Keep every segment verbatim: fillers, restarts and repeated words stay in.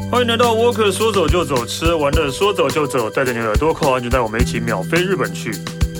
欢迎来到 Walker 说走就走，吃玩的说走就走，带着你的耳朵扣安全带，我们一起秒飞日本去。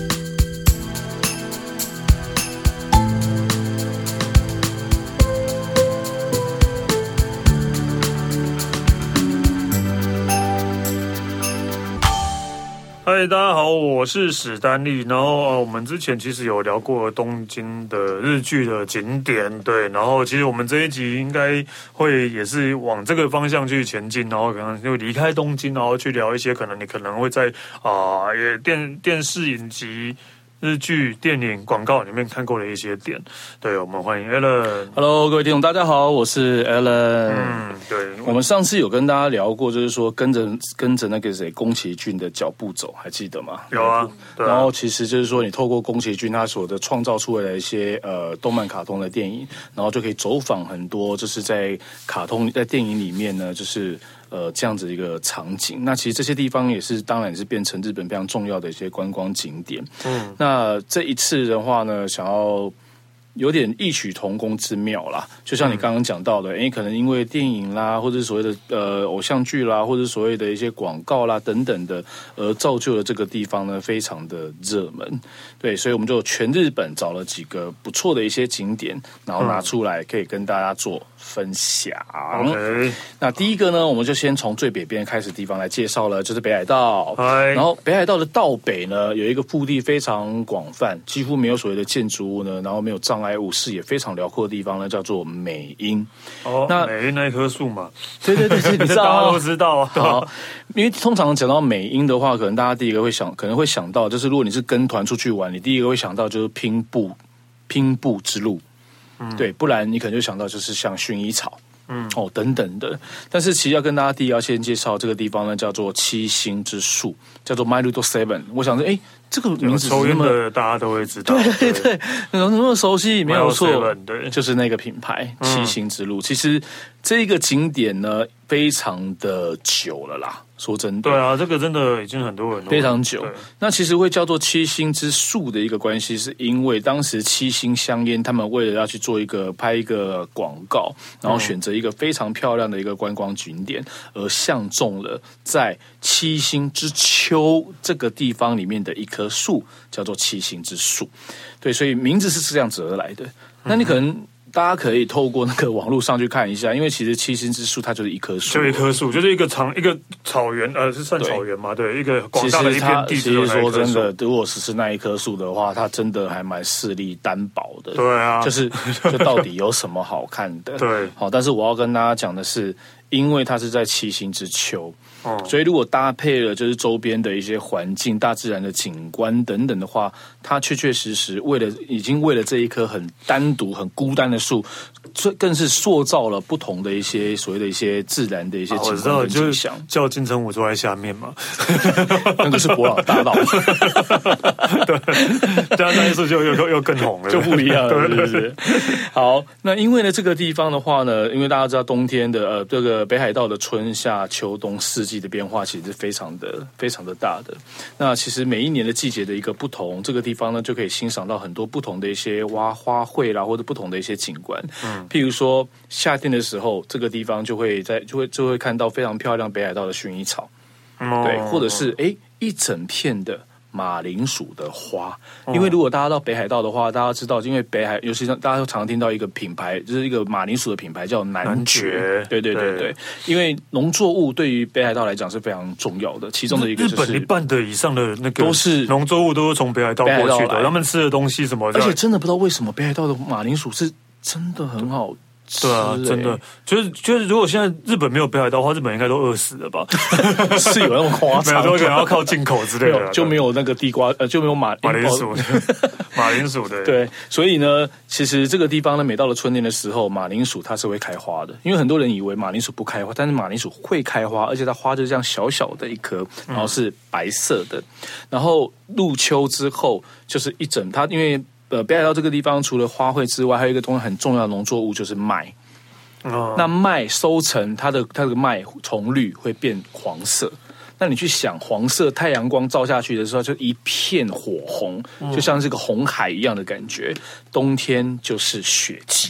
嗨，大家好，我是史丹利。然后呃，我们之前其实有聊过东京的日剧的景点，对。然后其实我们这一集应该会也是往这个方向去前进，然后可能就离开东京，然后去聊一些可能你可能会在啊、呃、也电电视影集、日剧、电影、广告里面看过的一些点。对，我们欢迎 Alan。Hello， 各位听众，大家好，我是 Alan。 嗯，对， 我们上次有跟大家聊过，就是说跟着跟着那个谁宫崎骏的脚步走，还记得吗？ 有啊。对啊， 然后其实就是说，你透过宫崎骏他所的创造出来的一些呃动漫卡通的电影，然后就可以走访很多，就是在卡通在电影里面呢，就是。呃，这样子一个场景，那其实这些地方也是，当然也是变成日本非常重要的一些观光景点。嗯，那这一次的话呢，想要有点异曲同工之妙啦，就像你刚刚讲到的，哎、嗯，可能因为电影啦，或者所谓的呃偶像剧啦，或者所谓的一些广告啦等等的，而造就了这个地方呢非常的热门。对，所以我们就全日本找了几个不错的一些景点，然后拿出来可以跟大家做分享。 OK， 那第一个呢，我们就先从最北边开始的地方来介绍了，就是北海道。然后北海道的道北呢，有一个腹地非常广泛，几乎没有所谓的建筑物呢，然后没有障碍物，视野非常辽阔的地方呢，叫做美瑛。 哦，那美瑛那一棵树嘛， 对对对，你知道， 大家都知道啊。 好，因为通常讲到美瑛的话，可能大家第一个会想，可能会想到，就是如果你是跟团出去玩，你第一个会想到就是拼布拼布之路。嗯，对，不然你可能就想到就是像薰衣草，嗯，哦等等的。但是其实要跟大家第一要先介绍这个地方呢，叫做七星之树，叫做 Maruto Seven。我想说，哎，这个名字抽烟的大家都会知道， 对对对，那么熟悉，没有错， 对， 就是那个品牌七星之路。嗯、其实这个景点呢，非常的久了啦。说真的， 对啊，这个真的已经很多人非常久。那其实会叫做七星之树的一个关系，是因为当时七星香烟他们为了要去做一个拍一个广告，然后选择一个非常漂亮的一个观光景点，而相中了在七星之丘这个地方里面的一棵树，叫做七星之树。对，所以名字是这样子而来的。那你可能。大家可以透过那个网络上去看一下，因为其实七星之树它就是一棵树， 就一棵树，就是一个长一个草原，呃，是算草原吗？对，对一个广大的一片地。 其实说真的，如果只是那一棵树的话，它真的还蛮势力单薄的。 对啊， 就是就到底有什么好看的？ 对， 好，但是我要跟大家讲的是，因为它是在七星之丘。哦、所以如果搭配了就是周边的一些环境、大自然的景观等等的话，它确确实实为了已经为了这一棵很单独、很孤单的树，这更是塑造了不同的一些所谓的一些自然的一些景观跟景象。 啊、叫金城武坐在下面嘛， 那个是博朗大道， 对，这样那一次就又又更红了， 就不一样了，是不是？好，那因为呢这个地方的话呢，因为大家知道冬天的呃这个北海道的春夏秋冬四季的变化其实是非常的非常的大的。那其实每一年的季节的一个不同，这个地方呢就可以欣赏到很多不同的一些花花卉啦，或者不同的一些景观。嗯，譬如说夏天的时候，这个地方就会在就会就会看到非常漂亮北海道的薰衣草，嗯、对，或者是哎一整片的。马铃薯的花，因为如果大家到北海道的话，大家知道，因为北海，尤其是大家常常听到一个品牌，就是一个马铃薯的品牌叫南爵，对对对对，因为农作物对于北海道来讲是非常重要的，其中的一个就是日本一半的以上的那个都是农作物都是从北海道过去的，他们吃的东西什么， 而且真的不知道为什么北海道的马铃薯是真的很好。 对啊，真的就是就是，如果现在日本没有北海道的话，日本应该都饿死了吧？ 是有那么夸张？ 没有，可能要靠进口之类的， 就没有那个地瓜，呃，就没有马马铃薯，马铃薯的。 对，所以呢，其实这个地方呢，每到了春天的时候，马铃薯它是会开花的。因为很多人以为马铃薯不开花，但是马铃薯会开花，而且它花就这样小小的一颗，然后是白色的。然后入秋之后，就是一整它因为。呃，北海道这个地方除了花卉之外，还有一个东西很重要的农作物就是麦。哦、那麦收成，它的它的麦从绿会变黄色。那你去想，黄色太阳光照下去的时候，就一片火红，就像是个红海一样的感觉。冬天就是雪季，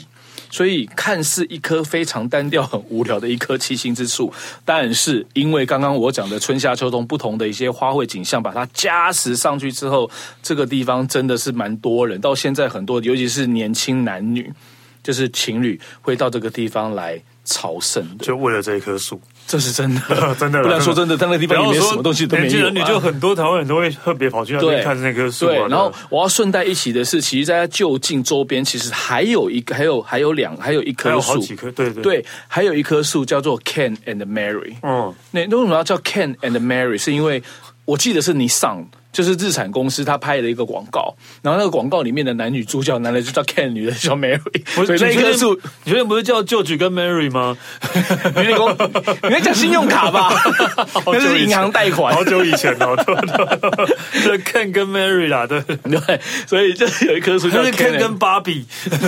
所以看似一棵非常单调、很无聊的一棵七星之树，但是因为刚刚我讲的春夏秋冬不同的一些花卉景象，把它加持上去之后，这个地方真的是蛮多人，到现在很多，尤其是年轻男女，就是情侣会到这个地方来朝圣的， 就为了这一棵树。 这是真的， 真的。 不然说真的，他那个地方里面什么东西都没有、啊。 年轻人女就很多台湾人都会特别跑去那边看那棵树、啊。 对，然后我要顺带一提的是，其实在就近周边，其实还有一个，还有还有两，还有一棵树， 还有好几棵，对 对, 对，还有一棵树叫做 Ken and Mary。嗯，那为什么要叫 Ken and Mary？ 是因为我记得是你上。就是日产公司，他拍了一个广告，然后那个广告里面的男女主角，男的就叫 Ken， 女的叫 Mary。所以那一棵树， 你确定不是叫 George 跟 Mary 吗？ 你你在讲信用卡吧？那是银行贷款， 好久以前哦。对 ，Ken 跟 Mary 啦，对对，所以就是有一棵树叫 Ken 跟芭比，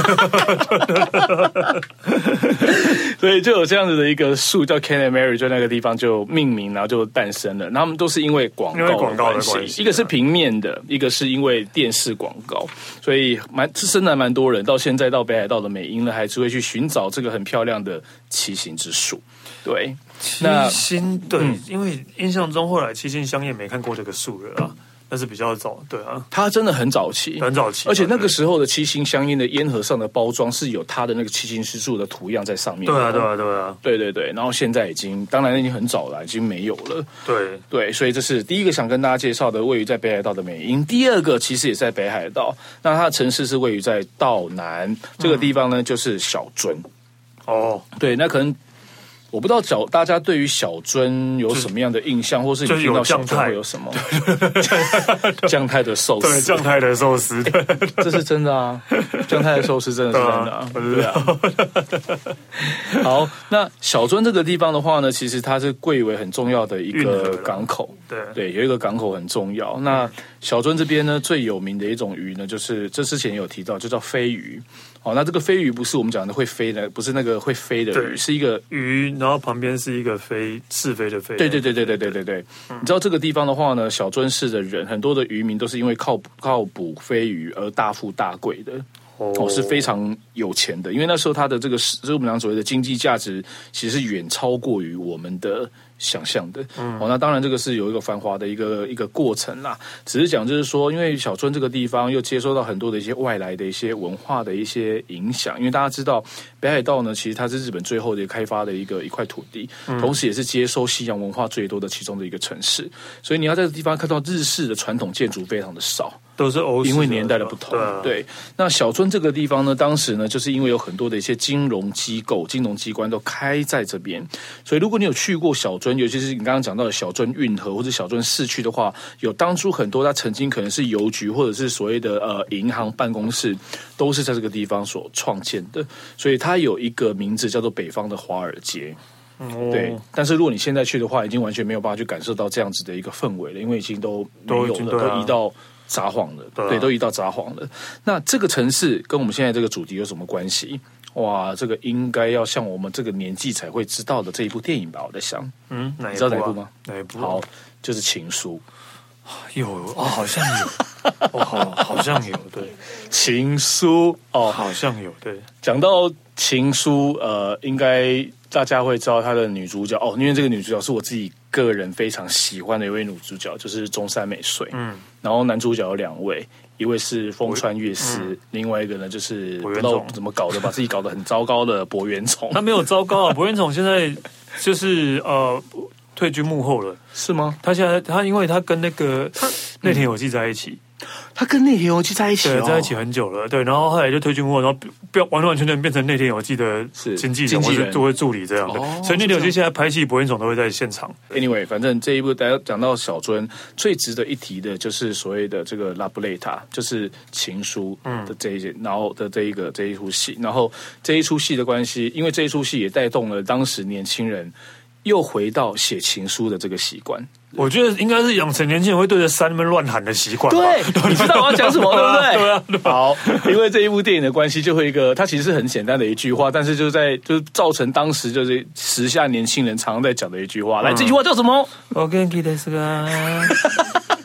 所以就有这样子的一个树叫 Ken and Mary， 就那个地方就命名，然后就诞生了。他们都是因为广告广告的关系， 一个是平面的，一个是因为电视广告，所以蛮真的蛮多人到现在到北海道的美瑛呢，还是会去寻找这个很漂亮的七星之树。对， 七星对、嗯，因为印象中后来七星香叶没看过这个树了啦。那是比较早，对啊， 它真的很早期， 很早期， 而且那个时候的七星香烟的烟盒上的包装是有它的那个七星之树的图样在上面。 对啊，对啊，对啊， 对对对。然后现在已经，当然已经很早了，已经没有了。 对对，所以这是第一个想跟大家介绍的，位于在北海道的美瑛。第二个其实也在北海道，那它的城市是位于在道南这个地方呢，就是小樽。 哦， 对，那可能。我不知道小大家对于小樽有什么样的印象，或是你听到小樽会有什么？酱太的寿司， 对，酱太的寿司， 欸，这是真的啊！酱太的寿司真的是真的啊！对啊。好，那小樽这个地方的话呢，其实它是贵为很重要的一个港口， 对对，有一个港口很重要。那小樽这边呢，最有名的一种鱼呢，就是这之前有提到，就叫飞鱼。好，那这个飞鱼不是我们讲的会飞的，不是那个会飞的鱼，是一个鱼，然后旁边是一个飞是非的飞。 对对对对对对对对。嗯、你知道这个地方的话呢，小樽市的人很多的渔民都是因为靠靠捕飞鱼而大富大贵的。哦，是非常有钱的，因为那时候它的这个就是我们讲所谓的经济价值，其实是远超过于我们的想象的。嗯，哦，那当然这个是有一个繁华的一个一个过程啦。只是讲就是说，因为小樽这个地方又接收到很多的一些外来的一些文化的一些影响，因为大家知道北海道呢，其实它是日本最后的开发的一个一块土地，嗯、同时也是接收西洋文化最多的其中的一个城市，所以你要在这个地方看到日式的传统建筑非常的少。 都是欧式， 因为年代的不同。对，啊、对，那小樽这个地方呢，当时呢，就是因为有很多的一些金融机构、金融机关都开在这边，所以如果你有去过小樽，尤其是你刚刚讲到的小樽运河或者小樽市区的话，有当初很多它曾经可能是邮局或者是所谓的呃银行办公室，都是在这个地方所创建的，所以它有一个名字叫做北方的华尔街。 哦、 对，但是如果你现在去的话，已经完全没有办法去感受到这样子的一个氛围了，因为已经都没有了，都, 都移到札幌了，对,、啊、对，都移到札幌了。那这个城市跟我们现在这个主题有什么关系？哇，这个应该要像我们这个年纪才会知道的这一部电影吧？我在想， 嗯，哪一部、啊、 你知道哪一部吗？ 哪一部、啊？ 好，就是《情书》。 有哦，好像有，哦，好，好像有，对，《 情书》哦， 好像有，对。 讲到《情书》，呃，应该大家会知道她的女主角哦，因为这个女主角是我自己个人非常喜欢的一位女主角，就是中山美穗。嗯，然后男主角有两位，一位是风川月司、嗯，另外一个呢就是不知道怎么搞的，把自己搞得很糟糕的柏原崇。 他没有糟糕啊，柏原崇现在就是呃。退居幕后了， 是吗？ 他现在他因为他跟那个内田有纪在一起， 他跟内田有纪在一起、哦， 对，在一起很久了，对，然后后来就退居幕后，然后不要完完全全变成内田有纪的经纪人或者作为助理这样的，哦、所以内田有纪现在拍戏，柏原崇都会在现场。 Anyway， 反正这一部大家讲到小樽，最值得一提的就是所谓的这个拉布雷塔，就是情书的这一、嗯、然后的这一个这一出戏，然后这一出戏的关系，因为这一出戏也带动了当时年轻人。又回到写情书的这个习惯， 我觉得应该是养成年轻人会对着山们乱喊的习惯。 对，你知道我要讲什么，对不对？ 对啊，对啊。 好，因为这一部电影的关系，就会一个，它其实是很简单的一句话，但是就在就造成当时就是时下年轻人常常在讲的一句话。嗯、来，这句话叫什么？ 我跟你的是个。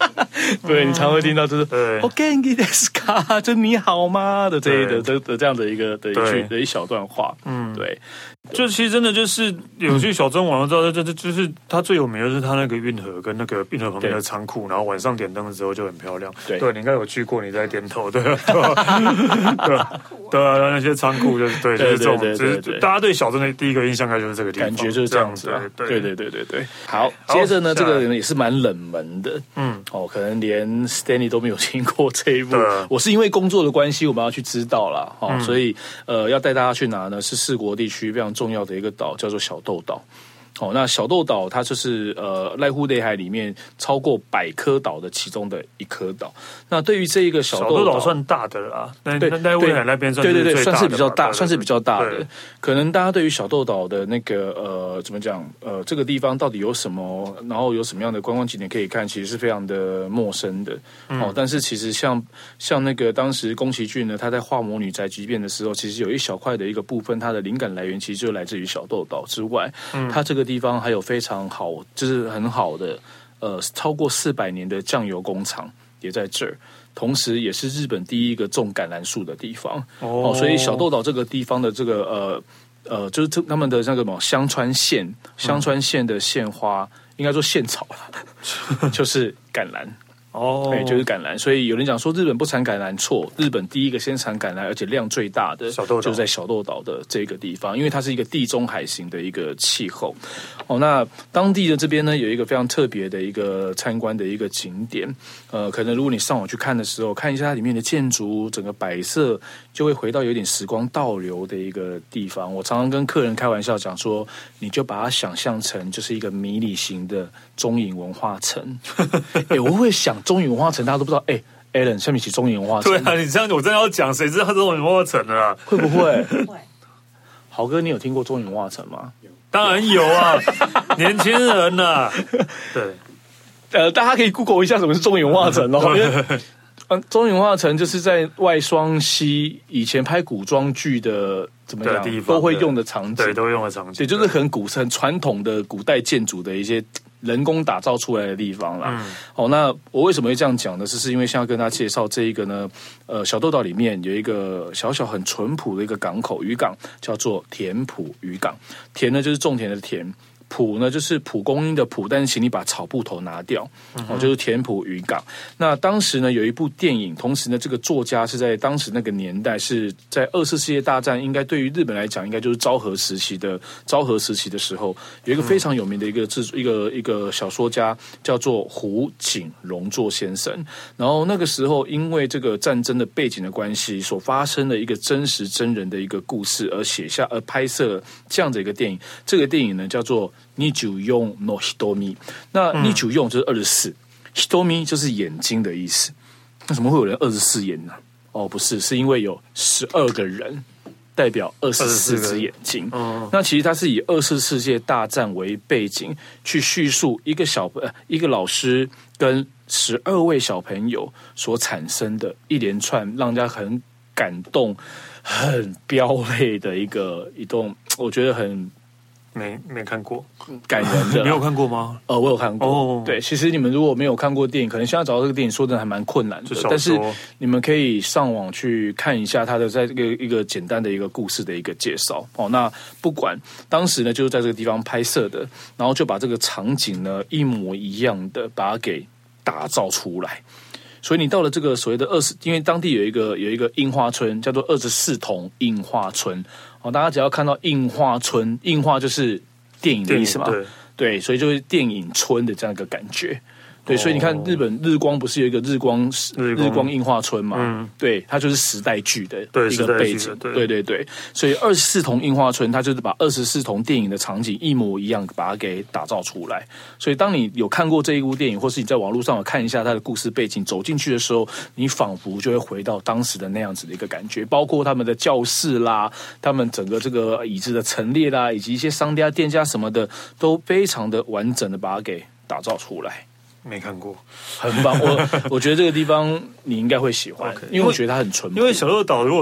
对，你常会听到就是对 “O genki desu ka”，就你好吗的这一的的的这样的一个的一句的一小段话。嗯，对。 就其实真的就是有去小樽玩了之后，就就就是它最有名的是它那个运河跟那个运河旁边的仓库，然后晚上点灯的时候就很漂亮。对，对你应该有去过，你在点头，对啊，对啊，对啊，对啊，那些仓库就是对，就是这种，就是大家对小樽的第一个印象应该就是这个地方， 感觉就是这样子啊。对对对对对。好，接着呢，这个也是蛮冷门的，嗯，哦，可能连 Stanley 都没有听过这一部。我是因为工作的关系，我们要去知道啦，哦，所以呃，要带大家去哪呢？是四国地区非常重要的一个岛，叫做小豆岛。哦，那小豆岛它就是呃濑户内海里面超过百颗岛的其中的一颗岛。那对于这一个小豆岛， 小豆岛算大的啦，对对对，濑户内海那边算是对对对，算是比较大， 对对对算是比较大的。可能大家对于小豆岛的那个呃怎么讲呃这个地方到底有什么，然后有什么样的观光景点可以看，其实是非常的陌生的。嗯、哦，但是其实像像那个当时宫崎骏呢，他在画《魔女宅急便》的时候，其实有一小块的一个部分，它的灵感来源其实就来自于小豆岛之外，嗯，它这个地方还有非常好，就是很好的，呃，超过四百年的酱油工厂也在这儿，同时也是日本第一个种橄榄树的地方。哦，哦所以小豆岛这个地方的这个呃呃，就是他们的那个什么香川县，香川县的县花，嗯、应该说县草啦，就是橄榄。哦，对，就是橄榄。所以有人讲说日本不产橄榄，错，日本第一个先产橄榄，而且量最大的就是在小豆岛的这个地方，因为它是一个地中海型的一个气候。哦，那当地的这边呢，有一个非常特别的一个参观的一个景点。呃，可能如果你上网去看的时候，看一下它里面的建筑，整个摆设，就会回到有点时光倒流的一个地方。我常常跟客人开玩笑讲说，你就把它想象成就是一个迷你型的中影文化城。欸、我会想。中影文化城大家都不知道，哎、欸、，Alan 下面起中影文化城， 对啊，你这样我真的要讲，谁知道中影文化城的啊？ 会不会？会。豪哥，你有听过中影文化城吗？ 当然有啊，年轻人呐、啊，对， 呃，大家可以 Google 一下什么是中影文化城哦。嗯，中影文化城就是在外双溪以前拍古装剧的怎么讲都会用的场景， 对，都会用的场景， 对，就是很古很传统的古代建筑的一些。人工打造出来的地方啦，嗯，哦，那我为什么会这样讲呢？是是因为现在跟大家介绍这一个呢，呃，小豆岛里面有一个小小很淳朴的一个港口渔港，叫做田浦渔港。田呢就是种田的田，蒲呢就是蒲公英的蒲，但是请你把草布头拿掉，哦，就是田浦渔港。那当时呢有一部电影，同时呢这个作家是在当时那个年代是在二次世界大战，应该对于日本来讲，应该就是昭和时期的昭和时期的时候，有一个非常有名的一个制一个一个小说家叫做胡锦荣作先生。然后那个时候因为这个战争的背景的关系，所发生的一个真实真人的一个故事而写下而拍摄这样的一个电影。这个电影呢叫做にじゅうよんの瞳，那にじゅうよん就是二十四，瞳就是眼睛的意思。那怎么会有人二十四眼呢？哦，不是，是因为有十二个人代表二十四只眼睛。嗯，那其实它是以二次世界大战为背景，去叙述一个小呃一个老师跟十二位小朋友所产生的一连串让人家很感动、很飙泪的一个一动，我觉得很。 没没看过， 感人的。 你有看过吗？ 呃，我有看过。 哦， 对，其实你们如果没有看过电影，可能现在找到这个电影说真的还蛮困难的。但是你们可以上网去看一下它的在这个一个简单的一个故事的一个介绍。哦，那不管当时呢，就是在这个地方拍摄的，然后就把这个场景呢一模一样的把它给打造出来。所以你到了这个所谓的二十，因为当地有一个有一个樱花村，叫做二十四桐樱花村。哦，大家只要看到樱花村，樱花就是电影的意思嘛，对，对，所以就是电影村的这样一个感觉。对，所以你看日本日光不是有一个日光日光樱花村嘛？嗯，对，它就是时代剧的一个背景。对对 对, 对，所以二十四桐樱花村，它就是把二十四桐电影的场景一模一样把它给打造出来。所以当你有看过这一部电影，或是你在网络上有看一下它的故事背景，走进去的时候，你仿佛就会回到当时的那样子的一个感觉，包括他们的教室啦，他们整个这个椅子的陈列啦，以及一些商家店家什么的，都非常的完整的把它给打造出来。 没看过， 很棒。我我觉得这个地方你应该会喜欢， okay, 因为我觉得它很淳朴。 因为小豆岛如果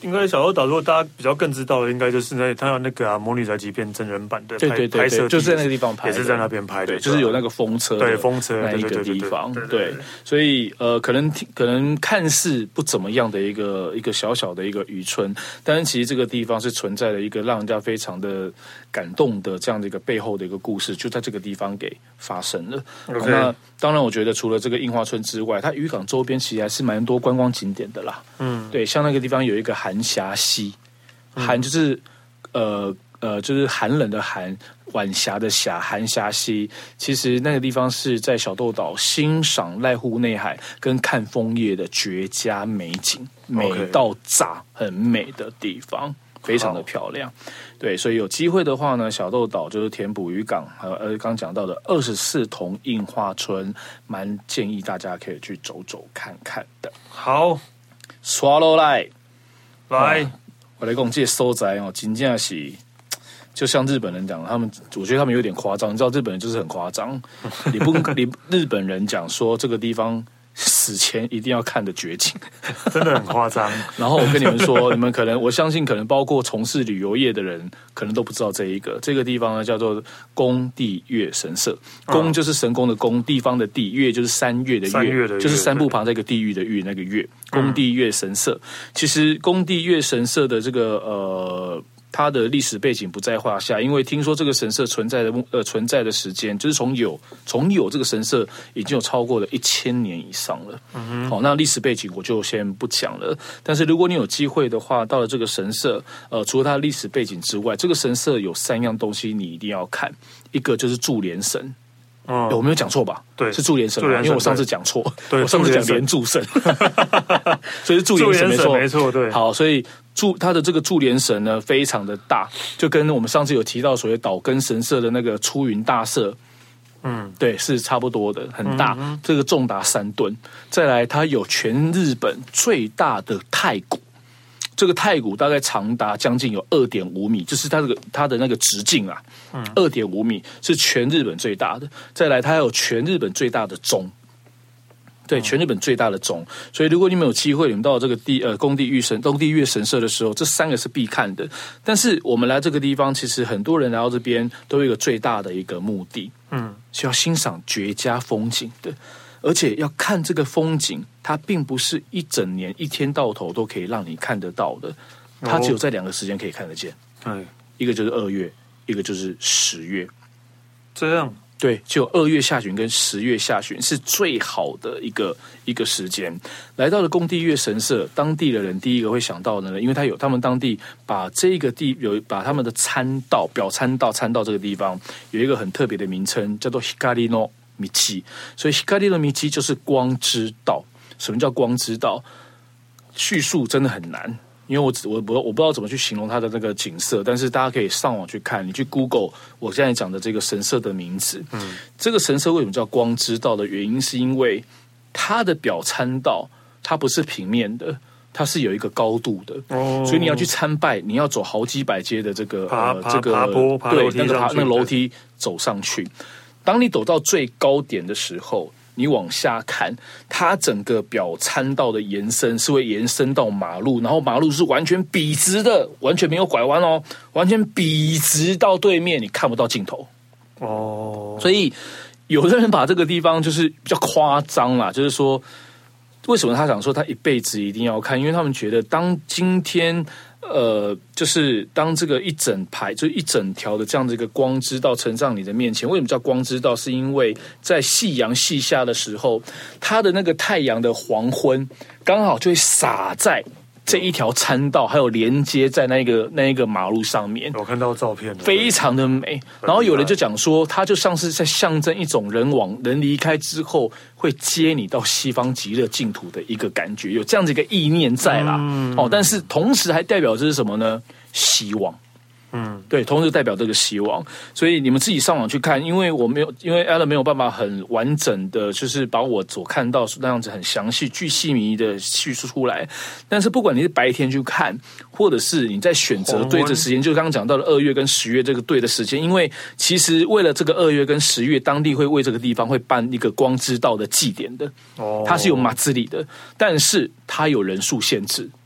应该小豆岛，如果大家比较更知道的，应该就是那他有那个啊《魔女宅急便》真人版的拍对对对拍摄， 就是在那个地方拍的， 也是在那边拍的， 对，就是有那个风车， 对风车那一个地方， 对， 对，所以呃，可能可能看似不怎么样的一个一个小小的一个渔村，但是其实这个地方是存在了一个让人家非常的感动的这样的一个背后的一个故事，就在这个地方给发生了。 Okay. 那当然，我觉得除了这个樱花村之外，它渔港周边其实还是蛮多观光景点的啦。嗯，对，像那个地方有一个寒霞溪，寒就是呃呃，就是寒冷的寒，晚霞的霞，寒霞溪。其实那个地方是在小豆岛欣赏濑户内海跟看枫叶的绝佳美景，美到炸，很美的地方。非常的漂亮，对，所以有机会的话呢，小豆岛就是田埔渔港，还有呃刚讲到的二十四桐樱花村，蛮建议大家可以去走走看看的。 好 ，Swallow 来来， 我来讲这所在哦，真正是就像日本人讲，他们我觉得他们有点夸张，你知道日本人就是很夸张，你不跟你日本人讲说这个地方死前一定要看的绝景， 真的很夸张。 然后我跟你们说，你们可能我相信，可能包括从事旅游业的人，可能都不知道这一个这个地方呢，叫做宫地岳神社。宫就是神宫的宫，地方的地，岳就是三岳的岳， 岳的岳就是三部旁这个地狱的狱那个岳。宫地岳神社，其实宫地岳神社的这个呃。它的历史背景不在话下，因为听说这个神社存在的呃存在的时间，就是从有从有这个神社已经有超过了一千年以上了。嗯，好，那历史背景我就先不讲了。但是如果你有机会的话，到了这个神社，呃，除了它的历史背景之外，这个神社有三样东西你一定要看，一个就是注连神。哦、我没有讲错吧？ 对， 是注连神，因为我上次讲错， 对， 我上次讲连注神，所以是注连神没错， 没错，对。 好，所以注它的这个注连神呢，非常的大，就跟我们上次有提到所谓岛根神社的那个出云大社，嗯，对，是差不多的，很大，嗯、这个重达三吨。再来，它有全日本最大的太鼓。这个太鼓大概长达将近有二点五米，就是它这个它的那个直径啊，二点五米是全日本最大的。再来，它还有全日本最大的钟，对，全日本最大的钟。所以，如果你们有机会，你们到这个地呃宫地御神宫地岳神社的时候，这三个是必看的。但是我们来这个地方，其实很多人来到这边都有一个最大的一个目的，嗯，是要欣赏绝佳风景的。而且要看这个风景，它并不是一整年一天到头都可以让你看得到的，它只有在两个时间可以看得见。嗯，一个就是二月，一个就是十月。 这样， 对，只有二月下旬跟十月下旬是最好的一个一个时间。来到了宫地岳神社，当地的人第一个会想到的呢，因为他有他们当地把这个地有把他们的参道表参道参道这个地方有一个很特别的名称，叫做 Hikari no米奇，所以 Hikari no Michi 就是光之道。什么叫光之道？叙述真的很难，因为我我我我不知道怎么去形容它的那个景色，但是大家可以上网去看，你去 Google 我现在讲的这个神社的名字。嗯，这个神社为什么叫光之道的原因，是因为它的表参道它不是平面的。它是有一个高度的，哦、所以你要去参拜，你要走好几百阶的这个爬呃这个爬坡爬对那个爬那个楼梯走上去。当你走到最高点的时候，你往下看，它整个表参道的延伸是会延伸到马路，然后马路是完全笔直的，完全没有拐弯哦，完全笔直到对面，你看不到尽头。哦，所以有的人把这个地方就是比较夸张啦，就是说。为什么他想说他一辈子一定要看？因为他们觉得，当今天呃，就是当这个一整排，就是一整条的这样的一个光之道呈上你的面前，为什么叫光之道？是因为在夕阳西下的时候，它的那个太阳的黄昏刚好就会洒在这一条参道，还有连接在那个那一个马路上面。 我看到照片了， 非常的美。然后有人就讲说，它就像是在象征一种人往人离开之后，会接你到西方极乐净土的一个感觉，有这样子一个意念在啦。嗯、哦，但是同时还代表这是什么呢？希望。嗯，对，同时代表这个希望，所以你们自己上网去看，因为我没有，因为 Alan 没有办法很完整的，就是把我所看到那样子很详细、巨细靡的叙述出来。但是不管你是白天去看，或者是你在选择对的时间，就刚刚讲到的二月跟十月这个对的时间，因为其实为了这个二月跟十月，当地会为这个地方会办一个光之道的祭典的，哦，它是有马自里的，但是它有人数限制。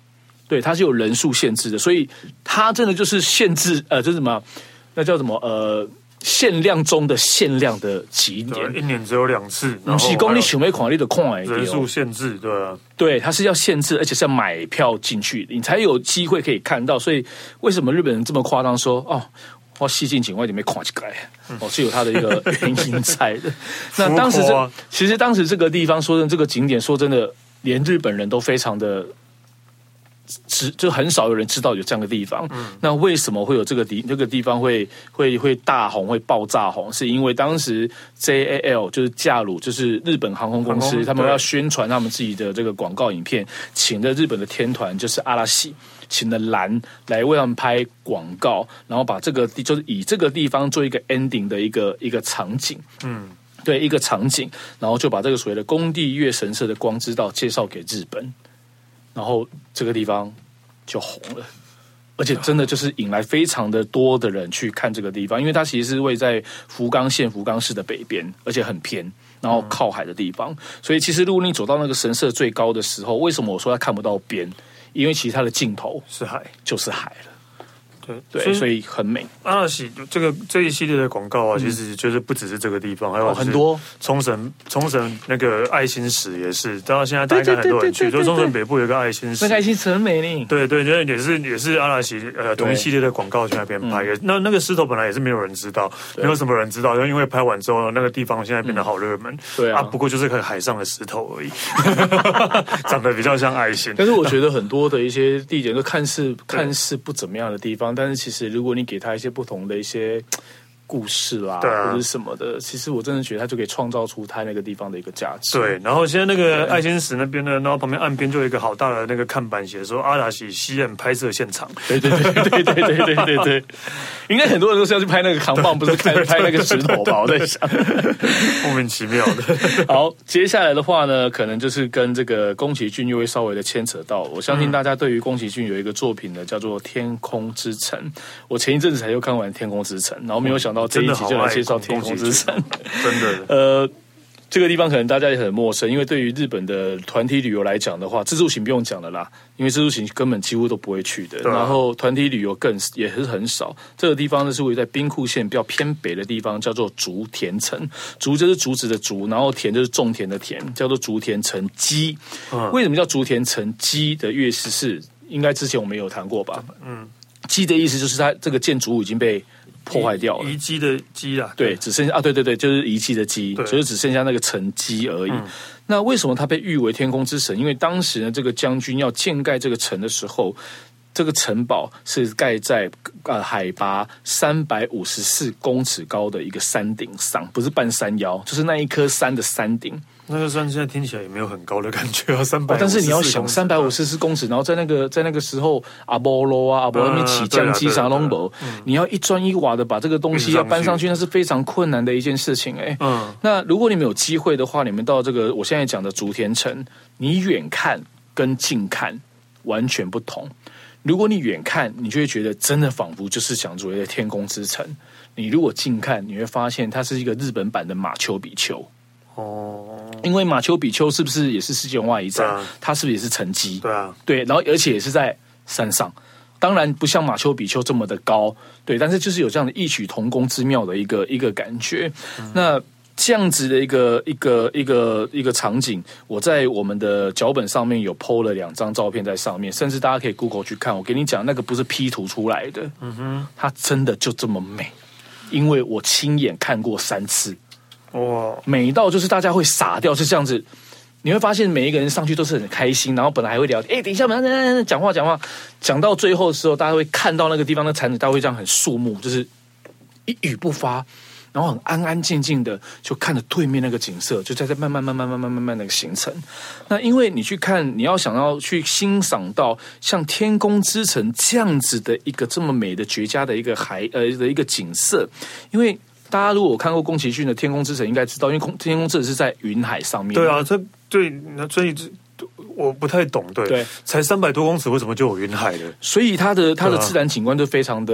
对，它是有人数限制的，所以它真的就是限制，呃，这是什么？那叫什么？呃，限量中的限量的景点， 一年只有两次。 不是讲你想要看你就看的， 人数限制，对啊， 对，它是要限制，而且是要买票进去，你才有机会可以看到。所以为什么日本人这么夸张说哦？我细进景外里面看起来，哦，是有它的一个原因在的。那当时这其实当时这个地方说真的，这个景点说真的，连日本人都非常的。知就很少有人知道有这样的地方，嗯、那为什么会有这个地这个地方会会会大红会爆炸红？是因为当时 J A L 就是驾鲁，就是日本航空公司，他们要宣传他们自己的这个广告影片，请了日本的天团就是阿拉西，请了蓝来为他们拍广告，然后把这个就是以这个地方做一个 ending 的一个一个场景，嗯。对一个场景，然后就把这个所谓的宫地月神社的光之道介绍给日本。然后这个地方就红了，而且真的就是引来非常的多的人去看这个地方，因为它其实是位在福冈县福冈市的北边，而且很偏，然后靠海的地方。所以其实如果你走到那个神社最高的时候，为什么我说它看不到边？因为其实它的尽头是海， 就是海了。 对对，所以很美。 阿拉西这个这一系列的广告啊，其实就是不只是这个地方，还有很多冲绳冲绳那个爱心石也是，到现在大概很多人去。所以冲绳北部有个爱心石， 那个爱心石很美丽。 对对，就是也是也是阿拉西呃同一系列的广告去那边拍。那那个石头本来也是没有人知道，没有什么人知道，因为拍完之后那个地方现在变得好热门。对啊，不过就是个海上的石头而已，长得比较像爱心。 但是我觉得很多的一些地点都看似看似不怎么样的地方，但是其实如果你给他一些不同的一些故事啦，啊、或者什么的，其实我真的觉得他就可以创造出他那个地方的一个价值。 对，然后现在那个爱心石那边呢，然后旁边岸边就有一个好大的那个看板，写说阿拉西西岸拍摄现场。 对对对对对对对对对，应该很多人都是要去拍那个扛棒，不是拍拍那个石头吧？我在想， 莫名其妙的。 好，接下来的话呢，可能就是跟这个宫崎骏又会稍微的牵扯到。我相信大家对于宫崎骏有一个作品呢，叫做《天空之城》。我前一阵子才又看完《天空之城》，然后没有想到。然后这一集就来介绍天空之城， 真的。 呃，这个地方可能大家也很陌生，因为对于日本的团体旅游来讲的话，自助行不用讲了啦，因为自助行根本几乎都不会去的。啊、然后团体旅游更也是很少。这个地方呢是位在兵库县比较偏北的地方，叫做竹田城。竹就是竹子的竹，然后田就是种田的田，叫做竹田城基。嗯、为什么叫竹田城基的乐师是？应该之前我们有谈过吧？嗯，基的意思就是它这个建筑物已经被破坏掉了， 遗迹的迹啦， 对，只剩下啊，对对对，就是遗迹的迹，就是只剩下那个城基而已。嗯、那为什么它被誉为天空之城？因为当时呢，这个将军要建盖这个城的时候，这个城堡是盖在呃海拔三百五十四公尺高的一个山顶上，不是半山腰，就是那一颗山的山顶。 那个山现在听起来也没有很高的感觉啊，三百、哦。 但是你要想三百五十四公尺，然后在那个在那个时候，阿波罗啊，阿波罗那边起降机啥拢无，你要一砖一瓦的把这个东西要搬上去，那是非常困难的一件事情哎、欸。嗯，那如果你们有机会的话，你们到这个我现在讲的竹田城，你远看跟近看完全不同。如果你远看，你就会觉得真的仿佛就是讲所谓的天空之城。你如果近看，你会发现它是一个日本版的马丘比丘。哦，因为马丘比丘是不是也是世界文化遗产？啊、它是不是也是沉积？ 对啊， 对，然后而且也是在山上，当然不像马丘比丘这么的高，对，但是就是有这样的异曲同工之妙的一个一个感觉。嗯、那这样子的一个一个一个一个场景，我在我们的脚本上面有 po 了两张照片在上面，甚至大家可以 Google 去看。我跟你讲，那个不是 P 图出来的，嗯哼，它真的就这么美，因为我亲眼看过三次。哇，美到就是大家会傻掉，是这样子。你会发现每一个人上去都是很开心，然后本来还会聊，哎，等一下，等一下，讲话讲话，讲到最后的时候，大家会看到那个地方的场景，大家会这样很肃穆，就是一语不发，然后很安安静静的就看着对面那个景色，就在这慢慢慢慢慢慢慢慢那个形成。那因为你去看，你要想要去欣赏到像天空之城这样子的一个这么美的绝佳的一个海呃的一个景色，因为。大家如果有看过宫崎骏的《天空之城》，应该知道，因为空天空之城是在云海上面。 对啊，这对，所以我不太懂，对，对才三百多公尺，为什么就有云海了？ 所以它的它的自然景观就非常的特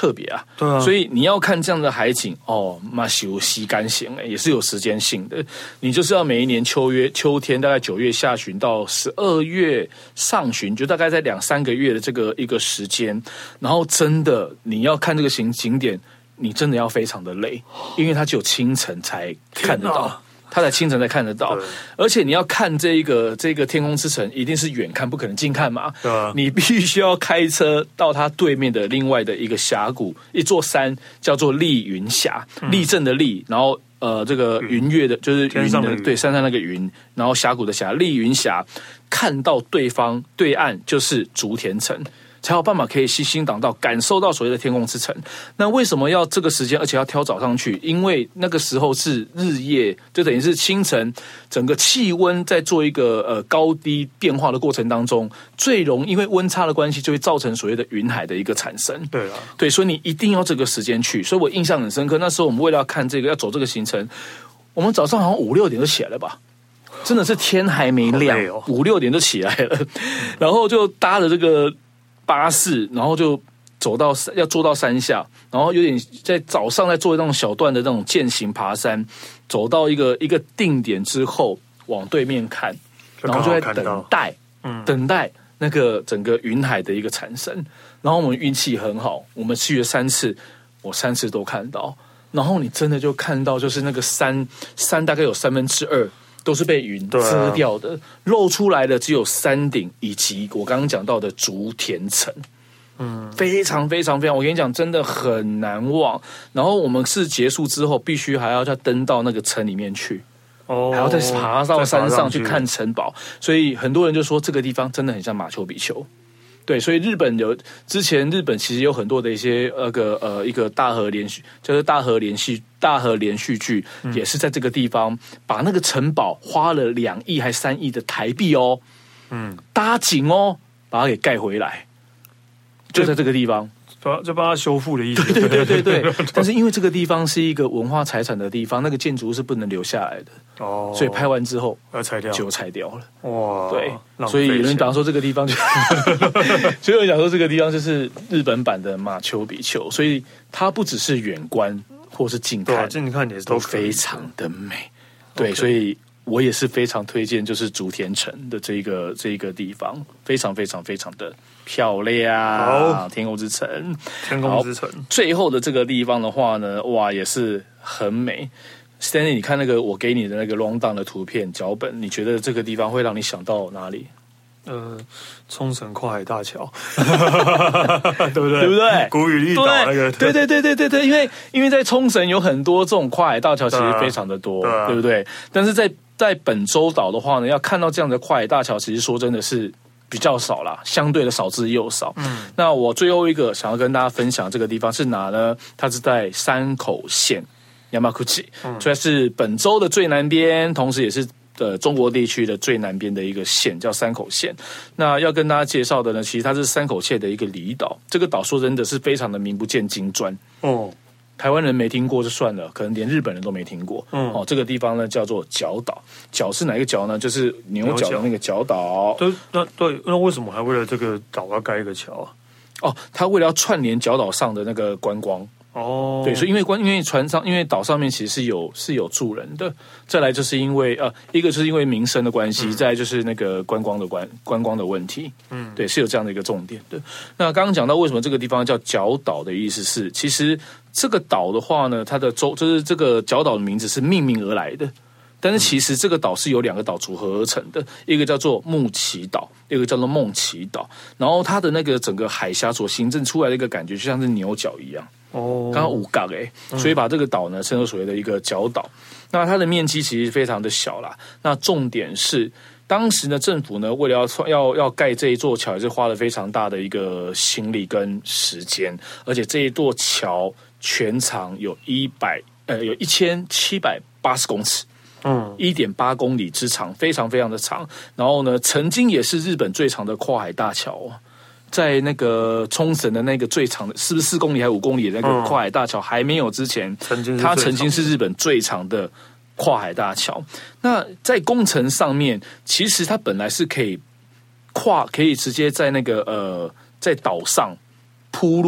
特别啊。 对啊， 所以你要看这样的海景哦，那是有时间性哎，也是有时间性的。你就是要每一年秋月秋天，大概九月下旬到十二月上旬，就大概在两三个月的这个一个时间，然后真的你要看这个景景点，你真的要非常的累，因为它只有清晨才看得到。它在清晨才看得到，而且你要看这一个这个天空之城，一定是远看，不可能近看嘛。 对啊， 你必须要开车到它对面的另外的一个峡谷，一座山叫做丽云峡，立正的立，然后呃这个云月的，就是云的对山上那个云，然后峡谷的峡，丽云峡，看到对方对岸就是竹田城。才有办法可以细心挡到感受到所谓的天空之城。那为什么要这个时间，而且要挑早上去？因为那个时候是日夜，就等于是清晨，整个气温在做一个呃高低变化的过程当中，最容易因为温差的关系，就会造成所谓的云海的一个产生。 对啊， 对，所以你一定要这个时间去。所以我印象很深刻，那时候我们为了要看这个，要走这个行程，我们早上好像五六点就起来了吧。真的是天还没亮，哦、五六点就起来了，然后就搭着这个巴士，然后就走到要坐到山下，然后有点在早上在做那种小段的那种健行爬山，走到一个一个定点之后，往对面看，然后就在等待，嗯，等待那个整个云海的一个产生。然后我们运气很好，我们去了三次，我三次都看到。然后你真的就看到，就是那个山山大概有三分之二。都是被云遮掉的，啊、露出来的只有山顶以及我刚刚讲到的竹田城，嗯，非常非常非常，我跟你讲，真的很难忘。然后我们是结束之后，必须还要再登到那个城里面去，哦，还要再爬到山上去看城堡，所以很多人就说这个地方真的很像马丘比丘。对，所以日本有之前日本其实有很多的一些那个呃一个大河连续，就是大河连续大河连续剧，嗯、也是在这个地方把那个城堡花了两亿还三亿的台币哦，嗯，搭景哦，把它给盖回来，就在这个地方。 就帮他修复的意思。 对对对对对。但是因为这个地方是一个文化财产的地方，那个建筑是不能留下来的哦，所以拍完之后要拆掉， 就拆掉了。 哇， 对，所以有人讲说这个地方就，所以有人讲说这个地方就是日本版的马丘比丘，所以它不只是远观或是近看， 近看也都非常的美。对，所以我也是非常推荐，就是竹田城的这个这个地方，非常非常非常的漂亮。 好， 天空之城， 天空之城。 最后的这个地方的话呢，哇，也是很美。Stanley， 你看那个我给你的那个 round down 的图片脚本，你觉得这个地方会让你想到哪里？ 呃，冲绳跨海大桥，对不对？ 对不对？ 古雨立岛那个， 对对对对对对，因为因为在冲绳有很多这种跨海大桥，其实非常的多， 对,、啊、对不对？但是在在本州岛的话呢，要看到这样的跨海大桥，其实说真的是比较少啦，相对的少之又少。嗯，那我最后一个想要跟大家分享这个地方是哪呢？它是在山口县 Yamaguchi， 所以是本州的最南边，同时也是呃中国地区的最南边的一个县，叫山口县。那要跟大家介绍的呢，其实它是山口县的一个离岛。这个岛说真的是非常的名不见经传哦。台湾人没听过就算了，可能连日本人都没听过。嗯，哦，这个地方呢叫做角岛，角是哪个角呢？就是牛角的那个角岛。 对，那对，那为什么还为了这个岛要盖一个桥啊？ 哦，他为了要串联角岛上的那个观光。哦，对，所以因为观因为船上因为岛上面其实是有是有住人的，再来就是因为呃一个是因为民生的关系，嗯、再来就是那个观光的观观光的问题，嗯，对，是有这样的一个重点的。那刚刚讲到为什么这个地方叫角岛的意思是，其实这个岛的话呢，它的州就是这个角岛的名字是命名而来的。但是其实这个岛是由两个岛组合而成的，一个叫做木岐岛，一个叫做梦岐岛。然后它的那个整个海峡所形成出来的一个感觉，就像是牛角一样。哦，刚刚五港哎，所以把这个岛呢称作所谓的一个角岛。那它的面积其实非常的小啦。那重点是，当时呢政府呢为了要要要盖这一座桥，也是花了非常大的一个心力跟时间，而且这一座桥全长有一百呃有一千七百八十公尺。嗯，一点八公里之长，非常非常的长。然后呢，曾经也是日本最长的跨海大桥哦，在那个冲绳的那个最长的，是不是四公里还是五公里的那个跨海大桥、嗯、还没有之前，曾它曾经是日本最长的跨海大桥。那在工程上面，其实它本来是可以跨，可以直接在那个呃，在岛上铺路。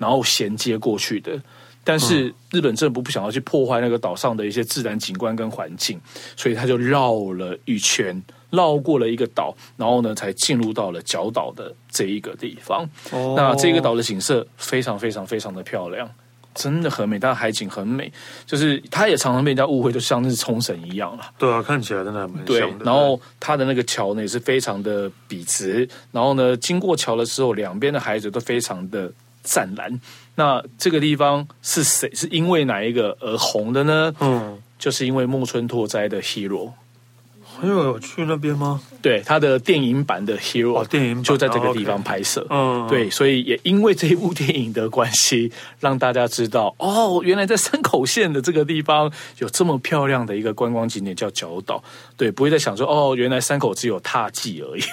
然后衔接过去的。但是日本政府不想要去破坏那个岛上的一些自然景观跟环境，所以他就绕了一圈，绕过了一个岛，然后呢才进入到了角岛的这一个地方。哦、那这个岛的景色非常非常非常的漂亮，真的很美，但海景很美，就是它也常常被人家误会，就像是冲绳一样了。 对啊，看起来真的蛮像的。 对，然后它的那个桥呢也是非常的笔直，然后呢经过桥的时候，两边的海水都非常的湛蓝。那这个地方是谁？是因为哪一个而红的呢？嗯，就是因为木村拓哉的 Hero。 还有去那边吗？ 对，他的电影版的 Hero，、哦、 电影版就在这个地方拍摄。 嗯， 对，所以也因为这一部电影的关系，让大家知道哦，原来在山口县的这个地方有这么漂亮的一个观光景点叫角岛。对，不会再想说哦，原来山口只有踏迹而已。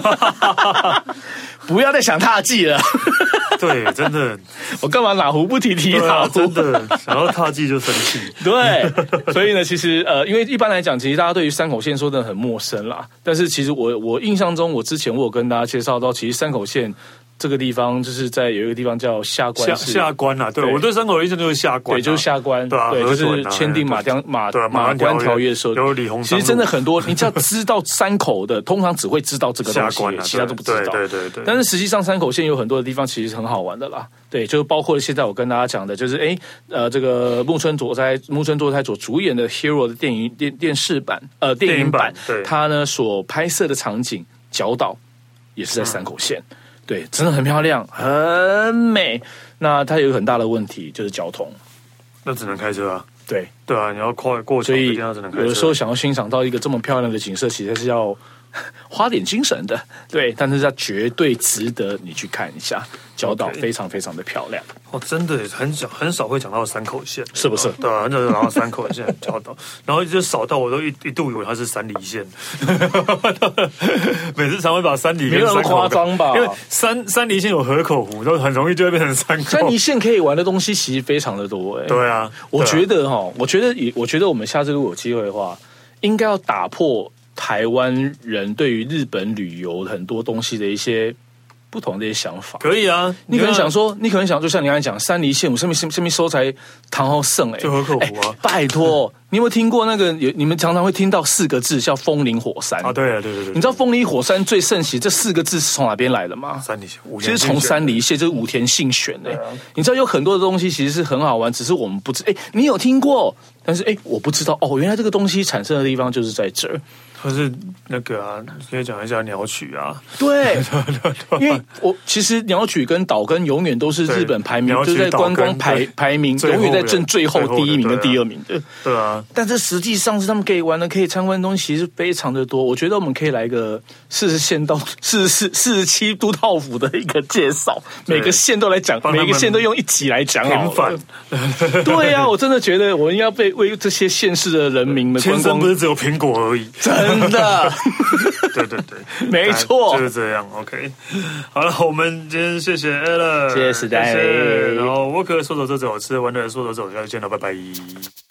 不要再想踏迹了。 对，真的， 我干嘛哪壶不提提哪壶？ 真的，想要踏迹就生气。 对，所以呢，其实呃，因为一般来讲，其实大家对于山口县说的很陌生啦。但是其实我我印象中，我之前我有跟大家介绍到，其实山口县这个地方就是在有一个地方叫下关市， 下关啊，对，对我对山口的印象就是下关、啊， 对，就是下关， 对啊， 对，就是签订马江马马关条约的时候， 有李鸿章。 其实真的很多，你只要知道山口的，通常只会知道这个东西， 啊、 其他都不知道。 对对对对。 但是实际上，山口县有很多的地方其实很好玩的啦。对，就包括现在我跟大家讲的，就是哎，呃，这个木村拓哉木村拓哉所主演的《Hero》的电影电电视版呃电影版，他呢所拍摄的场景角岛也是在山口县。嗯对，真的很漂亮，很美。那它有一个很大的问题，就是交通， 那只能开车啊。 对， 对啊，你要跨过桥， 所以只能开车。 有的时候想要欣赏到一个这么漂亮的景色，其实是要花点精神的。对，但是它绝对值得你去看一下。角岛非常非常的漂亮。 哦，真的很少很少会讲到山口县， 是不是？ 对啊，很少讲到山口县角岛，然后就少到我都一一度以为它是山梨县，每次常会把山梨没有那么夸张吧？ 因为山山梨县有河口湖，都很容易就会变成山口。 山梨县可以玩的东西其实非常的多哎、欸。 对啊， 我觉得哈，我觉得我觉得我们下次如果有机会的话，应该要打破台湾人对于日本旅游很多东西的一些不同的一些想法。 可以啊， 你可能想说，你可能想就像你刚才讲，山梨县我上面上面收才唐后胜哎， 就河口湖啊， 欸、拜托。你有没有听过那个？有你们常常会听到四个字叫风林火山啊？对啊，对对对。 你知道风林火山最盛行这四个字是从哪边来的吗？ 山梨县， 其实从山梨县，就是武田信玄的、欸啊。你知道有很多的东西其实是很好玩，只是我们不知。哎，你有听过？但是哎，我不知道哦。原来这个东西产生的地方就是在这儿。 它是那个啊，可以讲一下鸟取啊。 对，因为我其实鸟取跟岛根永远都是日本排名，就是在观光排排名永远在正最后第一名跟第二名的。 对啊。 但是实际上是他们可以玩的、可以参观的东西其实非常的多。我觉得我们可以来一个四十县道、四十四十七都道府的一个介绍，每个县都来讲，每个县都用一集来讲好了。对呀、啊，我真的觉得我应该被为这些县市的人民们， 天生不是只有苹果而已， 真的。 对对对， 没错， 就是这样。OK， 好了，我们今天谢谢 Alan， 谢谢史丹利， 然后我可说走就走，吃完的说走走，下次见了，拜拜。